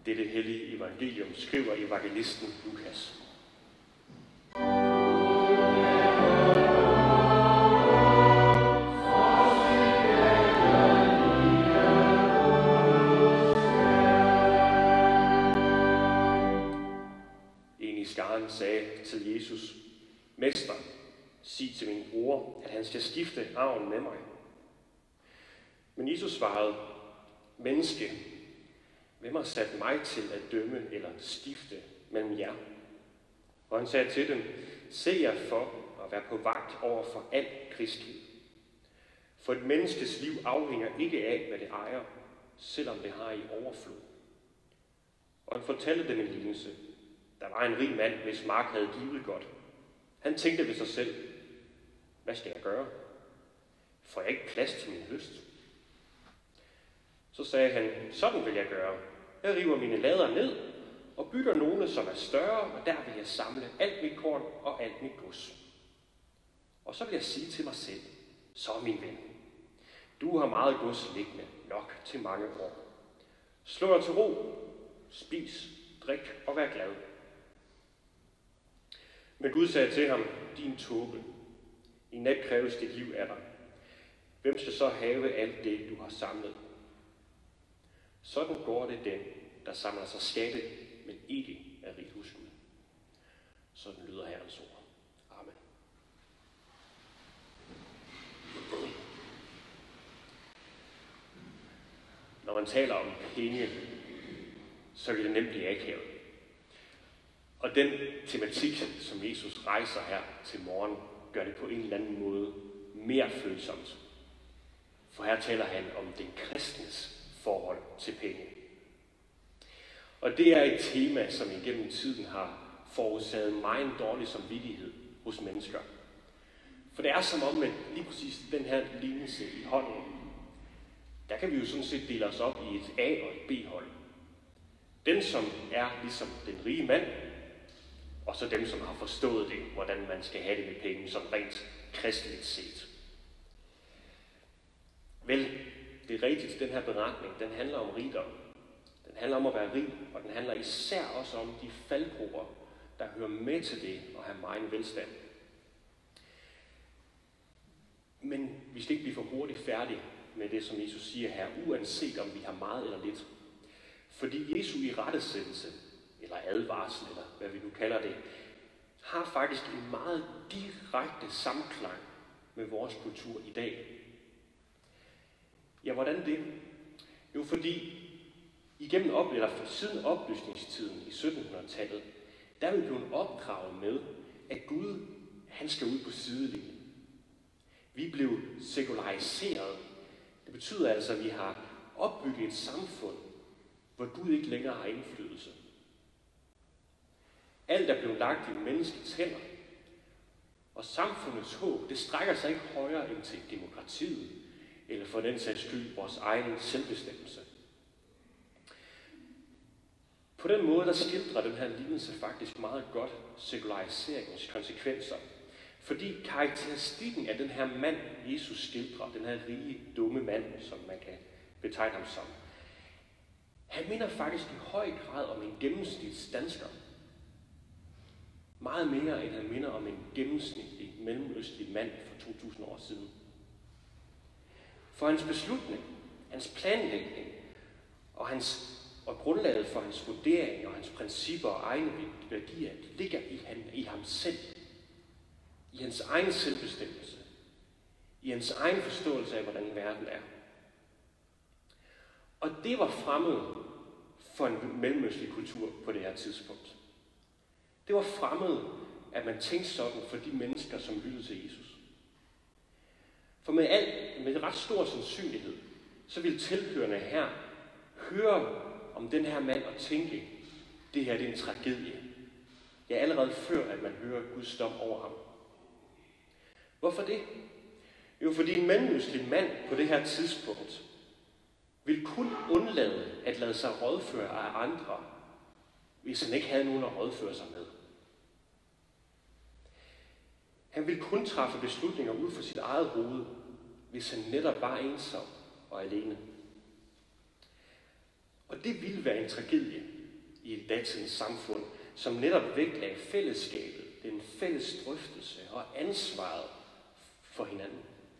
dette hellige evangelium, skriver evangelisten Lukas. En i skaren sagde til Jesus: Mester, sig til min bror, at han skal skifte arven med mig. Men Jesus svarede: Menneske, hvem har sat mig til at dømme eller skifte mellem jer? Og han sagde til dem: Se jer for at være på vagt over for al kristenhed. For et menneskes liv afhænger ikke af, hvad det ejer, selvom det har i overflod. Og han fortalte dem en lignelse. Der var en rig mand, hvis mark havde givet godt. Han tænkte ved sig selv: Hvad skal jeg gøre? Får jeg ikke plads til min høst? Så sagde han: Sådan vil jeg gøre. Jeg river mine lader ned og bygger nogle, som er større, og der vil jeg samle alt mit korn og alt mit gods. Og så vil jeg sige til mig selv: Så min ven, du har meget gods liggende, nok til mange år. Slå dig til ro, spis, drik og vær glad. Men Gud sagde til ham: Din tåbe, i nat kræves dit liv af dig. Hvem skal så have alt det, du har samlet? Sådan går det den, der samler sig skatte, men ikke er rigt hos Gud. Sådan lyder Herrens ord. Amen. Når man taler om penge, så kan det nemt blive akavet. Og den tematik, som Jesus rejser her til morgen, gør det på en eller anden måde mere følsomt. For her taler han om den kristnes forhold til penge. Og det er et tema, som igennem tiden har forårsaget meget dårlig samvittighed hos mennesker. For det er som om, at lige præcis den her lignelse i hånden, der kan vi jo sådan set dele os op i et A- og et B-hold. Den, som er ligesom den rige mand, og så dem, som har forstået det, hvordan man skal have det med penge, som rent kristeligt set. Vel, det er rigtigt, den her beretning, den handler om rigdom. Den handler om at være rig, og den handler især også om de faldgrupper, der hører med til det at have megen velstand. Men vi skal ikke blive for hurtigt færdige med det, som Jesus siger her, uanset om vi har meget eller lidt. Fordi Jesu irettesættelse, eller advarsel, eller hvad vi nu kalder det, har faktisk en meget direkte samklang med vores kultur i dag. Ja, hvordan det? Jo, fordi siden oplysningstiden i 1700-tallet, der er vi blevet opdraget med, at Gud, han skal ud på sidelinjen. Vi blev sekulariseret. Det betyder altså, at vi har opbygget et samfund, hvor Gud ikke længere har indflydelse. Alt er blevet lagt i menneskets hænder, og samfundets håb, det strækker sig ikke højere end til demokratiet, eller for den sags skyld vores egen selvbestemmelse. På den måde, der skildrer den her lignelse faktisk meget godt sekulariseringens konsekvenser. Fordi karakteristikken af den her mand, Jesus skildrer, den her rige, dumme mand, som man kan betegne ham som, han minder faktisk i høj grad om en gennemsnitsdansker. Meget mere, end han minder om en gennemsnitlig mellemøstlig mand for 2000 år siden. For hans beslutning, hans planlægning og grundlaget for hans vurdering og hans principper og egne værdier, det ligger i ham selv. I hans egen selvbestemmelse. I hans egen forståelse af, hvordan verden er. Og det var fremmed for en mellemøstlig kultur på det her tidspunkt. Det var fremmed, at man tænkte sådan for de mennesker, som lyttede til Jesus. For med ret stor sandsynlighed, så ville tilhørende her høre om den her mand og tænke, det her det er en tragedie. Ja, allerede før, at man hører Guds dom over ham. Hvorfor det? Jo, fordi en mellemøstlig mand på det her tidspunkt ville kun undlade at lade sig rådføre af andre, hvis han ikke havde nogen at rådføre sig med. Han ville kun træffe beslutninger ud fra sit eget hoved, hvis han netop var ensom og alene. Og det ville være en tragedie, i datidens samfund, som netop vægtlagde fællesskabet, den fælles drøftelse og ansvaret for hinanden.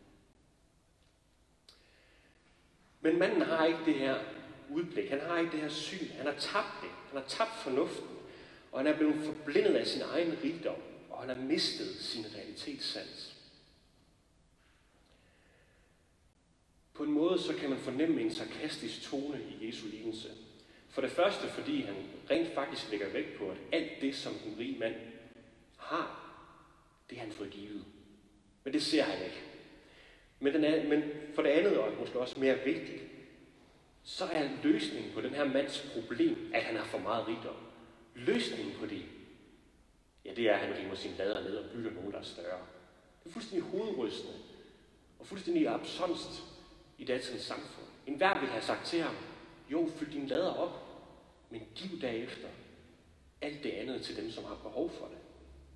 Men manden har ikke det her udblik, han har ikke det her syn, han har tabt det, han har tabt fornuften, og han er blevet forblindet af sin egen rigdom, og han har mistet sin realitetssans. På en måde så kan man fornemme en sarkastisk tone i Jesu lignelse. For det første, fordi han rent faktisk lægger vægt på, at alt det, som den rige mand har, det har han fået givet. Men det ser han ikke. Men for det andet, og måske også mere vigtigt, så er løsningen på den her mands problem, at han har for meget rigdom. Løsningen på det, ja, det er, at han river sine lader ned og bygger nogen, der er større. Det er fuldstændig hovedrystende og fuldstændig absonst i datidens samfund. En hver vil have sagt til ham, jo, fyld dine lader op, men giv derefter alt det andet til dem, som har behov for det.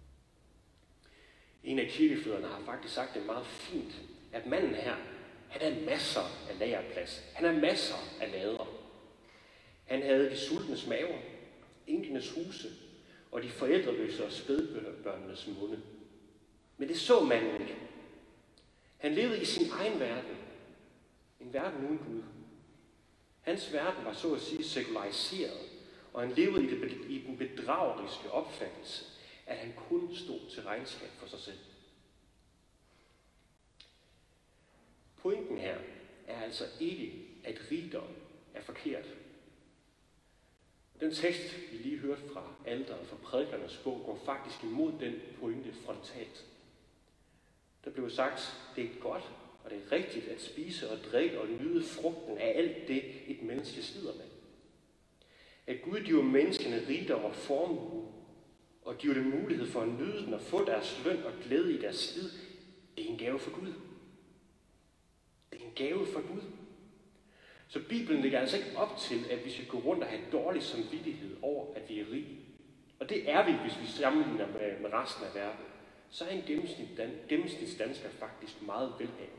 En af kirkefædrene har faktisk sagt det meget fint, at manden her, han har masser af lagerplads. Han har masser af lader. Han havde de sultnes maver, enklenes huse og de forældreløse og spædbørnenes munde. Men det så manden ikke. Han levede i sin egen verden. En verden uden Gud. Hans verden var så at sige sekulariseret, og han levede i den bedrageriske opfattelse, at han kun stod til regnskab for sig selv. Pointen her er altså ikke, at rigdom er forkert. Den tekst, vi lige hørte fra alteret fra prædikernes bog, går faktisk imod den pointe frontalt. Der blev sagt, det er godt og det er rigtigt at spise og drikke og nyde frugten af alt det, et menneske slider med. At Gud giver menneskene rigdom og formue, og giver dem mulighed for at nyde den og få deres løn og glæde i deres slid, det er en gave for Gud. Det er en gave for Gud. Så Bibelen lægger altså ikke op til, at vi skal gå rundt og have dårlig samvittighed over, at vi er rige. Og det er vi, hvis vi sammenligner med resten af verden. Så er en gennemsnitsdansker faktisk meget velhavende.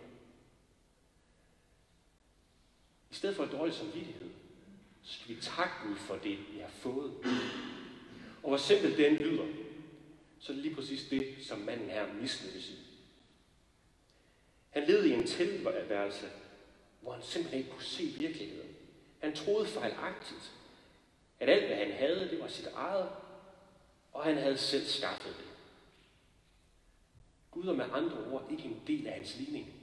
I stedet for dårlig samvittighed, så skal vi takke Gud for det, vi har fået. Og hvor simpelt den lyder, så er det lige præcis det, som manden her mislykkes i. Han levede i en tilværelse, hvor han simpelthen ikke kunne se virkeligheden. Han troede fejlagtigt, at alt, hvad han havde, det var sit eget, og han havde selv skaffet det. Gud er med andre ord ikke en del af hans ligning.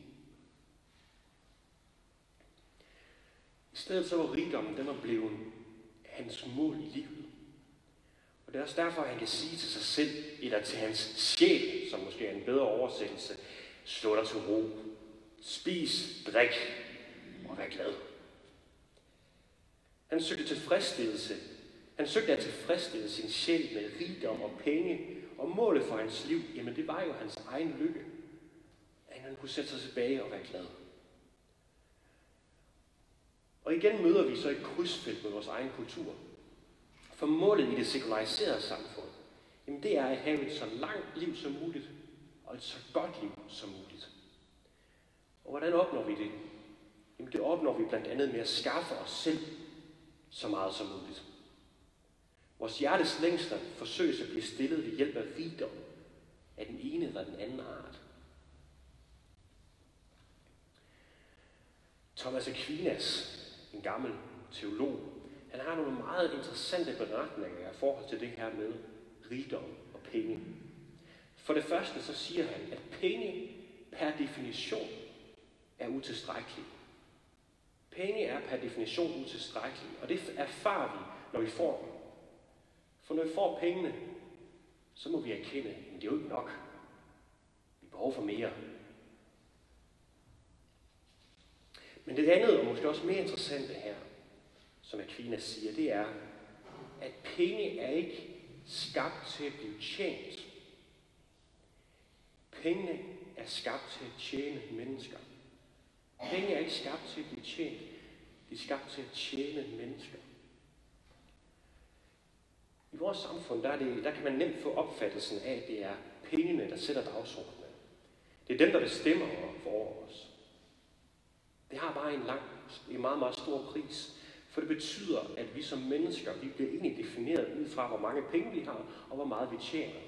I stedet så var rigdommen, den var blevet hans mål i livet. Og det er også derfor, at han kan sige til sig selv, eller til hans sjæl, som måske er en bedre oversættelse, slå dig til ro, spis, drik og vær glad. Han søgte tilfredsstillelse. Han søgte at tilfredsstille sin sjæl med rigdom og penge, og målet for hans liv, jamen det var jo hans egen lykke. At han kunne sætte sig tilbage og være glad. Og igen møder vi så et krydsfelt med vores egen kultur. For målet i det sekulariserede samfund, jamen det er at have et så langt liv som muligt, og et så godt liv som muligt. Og hvordan opnår vi det? Jamen det opnår vi blandt andet med at skaffe os selv så meget som muligt. Vores hjertes længsler forsøges at blive stillet ved hjælp af rigdom af den ene eller den anden art. Thomas Aquinas, en gammel teolog, han har nogle meget interessante beretninger i forhold til det her med rigdom og penge. For det første så siger han, at penge per definition er utilstrækkelige. Penge er per definition utilstrækkelige, og det erfarer vi, når vi får dem. For når vi får pengene, så må vi erkende, at det er jo ikke nok. Vi har behov for mere. Men det andet, og måske også mere interessante her, som Aquinas siger, det er, at penge er ikke skabt til at blive tjent. Pengene er skabt til at tjene mennesker. Penge er ikke skabt til at blive tjent. De er skabt til at tjene mennesker. I vores samfund, der kan man nemt få opfattelsen af, at det er pengene, der sætter dagsordenen. Det er dem, der bestemmer for os. Det har bare en meget, meget stor pris. For det betyder, at vi som mennesker, vi bliver egentlig defineret ud fra, hvor mange penge vi har, og hvor meget vi tjener.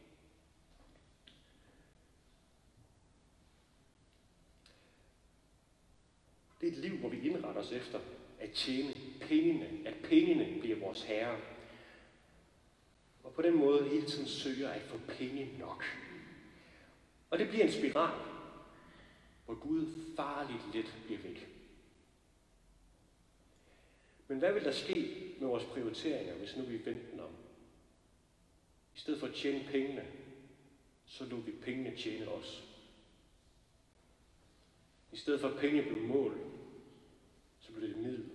Det er et liv, hvor vi indretter os efter at tjene pengene, at pengene bliver vores herre. Og på den måde hele tiden søger at få penge nok. Og det bliver en spiral, hvor Gud farligt let bliver væk. Men hvad vil der ske med vores prioriteringer, hvis nu vi vendte den om? I stedet for at tjene pengene, så lod vi pengene tjene os. I stedet for at pengene blev mål, så blev det et middel.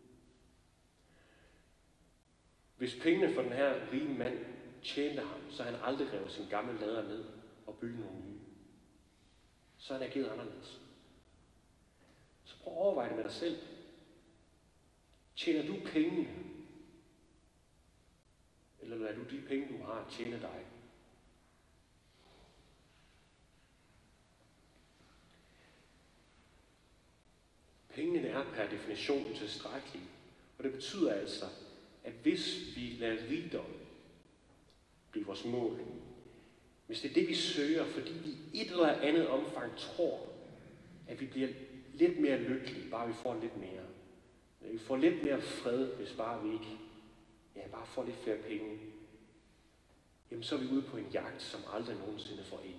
Hvis pengene for den her rige mand tjente ham, så han aldrig revet sin gamle lader ned og bygget nogle nye. Så han ageret anderledes. Så prøv at overveje det med dig selv. Tjener du pengene? Eller lader du de penge, du har, tjene dig? Pengene er per definition utilstrækkelige. Og det betyder altså, at hvis vi lader rigdom blive vores mål, hvis det er det, vi søger, fordi vi i et eller andet omfang tror, at vi bliver lidt mere lykkelige, bare vi får lidt mere. Vi får lidt mere fred, hvis bare vi ikke bare får lidt flere penge. Jamen så er vi ude på en jagt, som aldrig nogensinde får ende.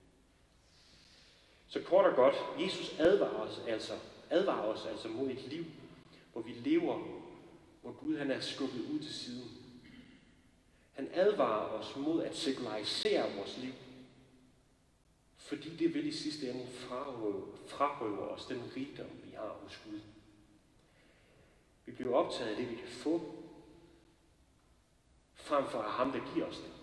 Så kort og godt, Jesus advarer os altså mod et liv, hvor vi lever, hvor Gud han er skubbet ud til siden. Han advarer os mod at sekularisere vores liv, fordi det vil i sidste ende frarøve os den rigdom, vi har hos Gud. Vi bliver optaget af det, vi kan få, frem for at ham, der giver os det.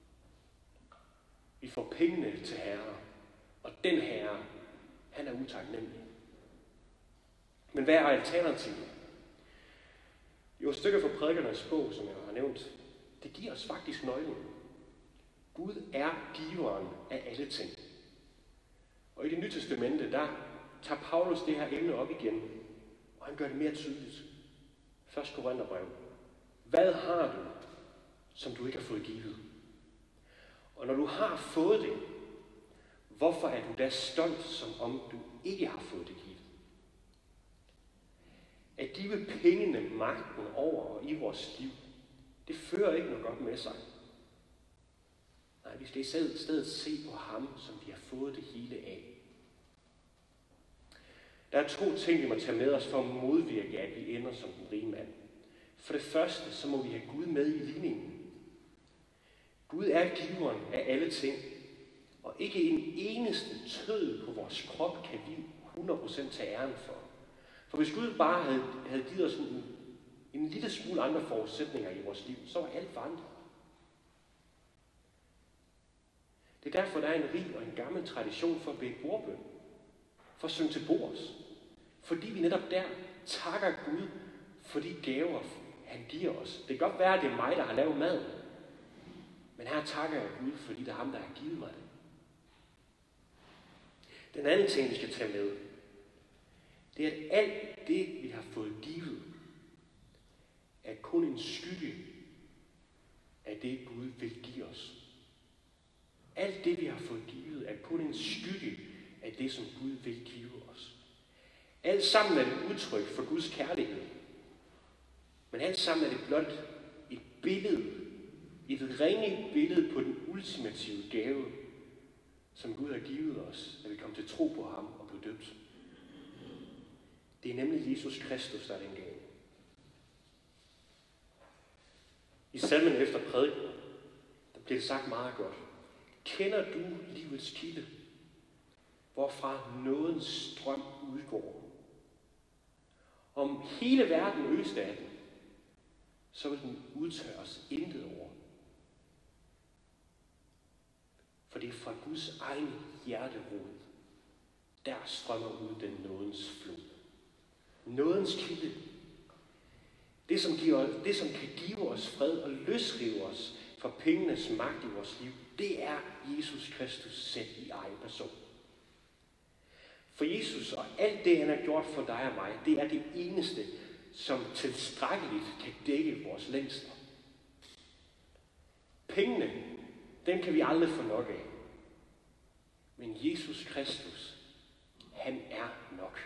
Vi får pengene til herre, og den herre, han er utaknemmelig. Men hvad er alternativet? Jo, et stykke fra Prædikernes bog, som jeg har nævnt, det giver os faktisk nøglen. Gud er giveren af alle ting. Og i Det Nye Testamente, der tager Paulus det her emne op igen, og han gør det mere tydeligt. 1. Korintherbrev. Hvad har du, som du ikke har fået givet? Og når du har fået det, hvorfor er du da stolt, som om du ikke har fået det givet? At give pengene magten over og i vores liv, det fører ikke noget godt med sig. Nej, vi skal i stedet se på ham, som vi har fået det hele af. Der er 2 ting, vi må tage med os for at modvirke, at vi ender som den rige mand. For det første, så må vi have Gud med i ligningen. Gud er giveren af alle ting, og ikke en eneste tød på vores krop kan vi 100% tage æren for. For hvis Gud bare havde givet os en lille smule andre forudsætninger i vores liv, så var alt forandret. Det er derfor, der er en rig og en gammel tradition for at bede bordbøn. For at synge til bords. Fordi vi netop der takker Gud for de gaver, han giver os. Det kan godt være, at det er mig, der har lavet maden. Men her takker jeg Gud, fordi det er ham, der har givet mig det. Den anden ting, vi skal tage med, det er, at alt det, vi har fået givet, er kun en skygge af det, Gud vil give os. Alt det, vi har fået givet, er kun en skygge af det, som Gud vil give os. Alt sammen er det udtryk for Guds kærlighed. Men alt sammen er det blot et billede, et ringe billede på den ultimative gave, som Gud har givet os, da vi kom til tro på ham og blev døbt. Det er nemlig Jesus Kristus, der er den gave. I salmen efter prædiken, der bliver det sagt meget godt. Kender du livets kilde, hvorfra nådens strøm udgår? Om hele verden øste af den, så vil den udtørres intet over. For det er fra Guds egen hjerterod, der strømmer ud den nådens flod. Nådens kilde. Det som kan give os fred og løsrive os fra pengenes magt i vores liv, det er Jesus Kristus selv i egen person. For Jesus og alt det, han har gjort for dig og mig, det er det eneste, som tilstrækkeligt kan dække vores længsler. Pengene, dem kan vi aldrig få nok af. Men Jesus Kristus, han er nok.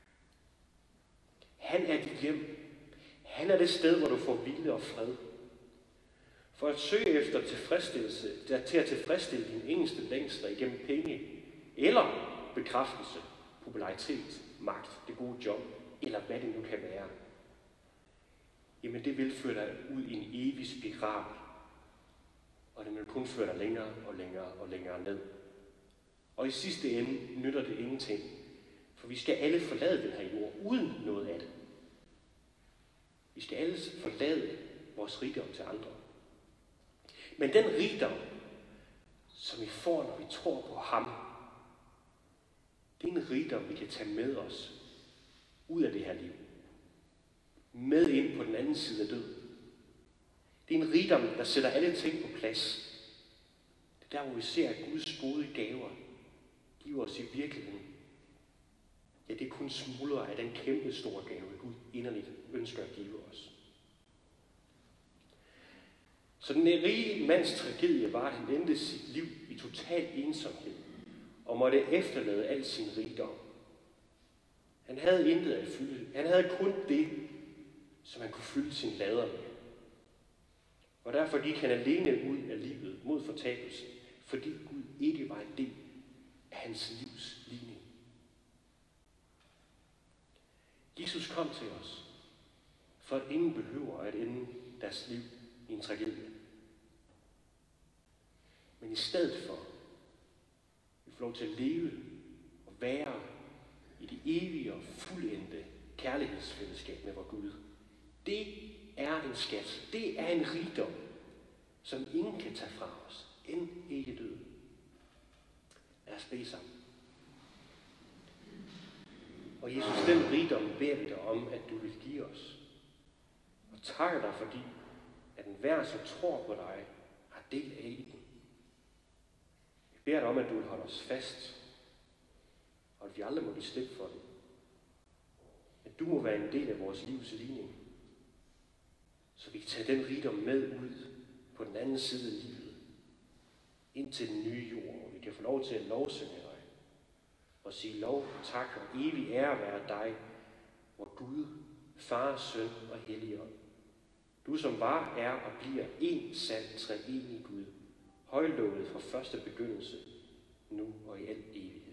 Han er dit hjem. Han er det sted, hvor du får hvile og fred. For at søge efter tilfredsstillelse, til at tilfredsstille din eneste længsler igennem penge, eller bekræftelse, popularitet, magt, det gode job, eller hvad det nu kan være, jamen det vil føre dig ud i en evig spiral. Og det vil kun føre dig længere og længere og længere ned. Og i sidste ende nytter det ingenting. For vi skal alle forlade den her jord uden noget af det. Vi skal alle forlade vores rigdom til andre. Men den rigdom, som vi får, når vi tror på ham, det er en rigdom, vi kan tage med os ud af det her liv. Med ind på den anden side af døden. Det er en rigdom, der sætter alle ting på plads. Det er der, hvor vi ser, at Guds gode gaver giver os i virkeligheden. Ja, det er kun smuldre af den kæmpe store gave, Gud inderligt ønsker at give os. Så den rige mands tragedie var, at han endte sit liv i total ensomhed og måtte efterlade al sin rigdom. Han havde intet at fylde. Han havde kun det, som han kunne fylde sin lader med. Og derfor gik han alene ud af livet mod fortabelsen, fordi Gud ikke var en del af hans livs ligning. Jesus kom til os, for at ingen behøver at ende deres liv i en tragedie. Men i stedet for, vi får lov til at leve og være i det evige og fuldendte kærlighedsfællesskab med vor Gud. Det er en skat. Det er en rigdom, som ingen kan tage fra os, end ikke døden. Lad os bede sammen. Og Jesus, den rigdom beder vi dig om, at du vil give os. Og takker dig, fordi at enhver, som tror på dig, har del af i den. Vi beder dig om, at du vil holde os fast, og at vi aldrig må give slip for det. At du må være en del af vores livs ligning, så vi kan tage den rigdom med ud på den anden side af livet, ind til den nye jord, hvor vi kan få lov til at lovsynge dig, og sige lov, tak og evig ære være dig, vor Gud, Far, Søn og Helligånd. Du som var, er og bliver en sand treenig Gud, højlovet fra første begyndelse, nu og i al evighed.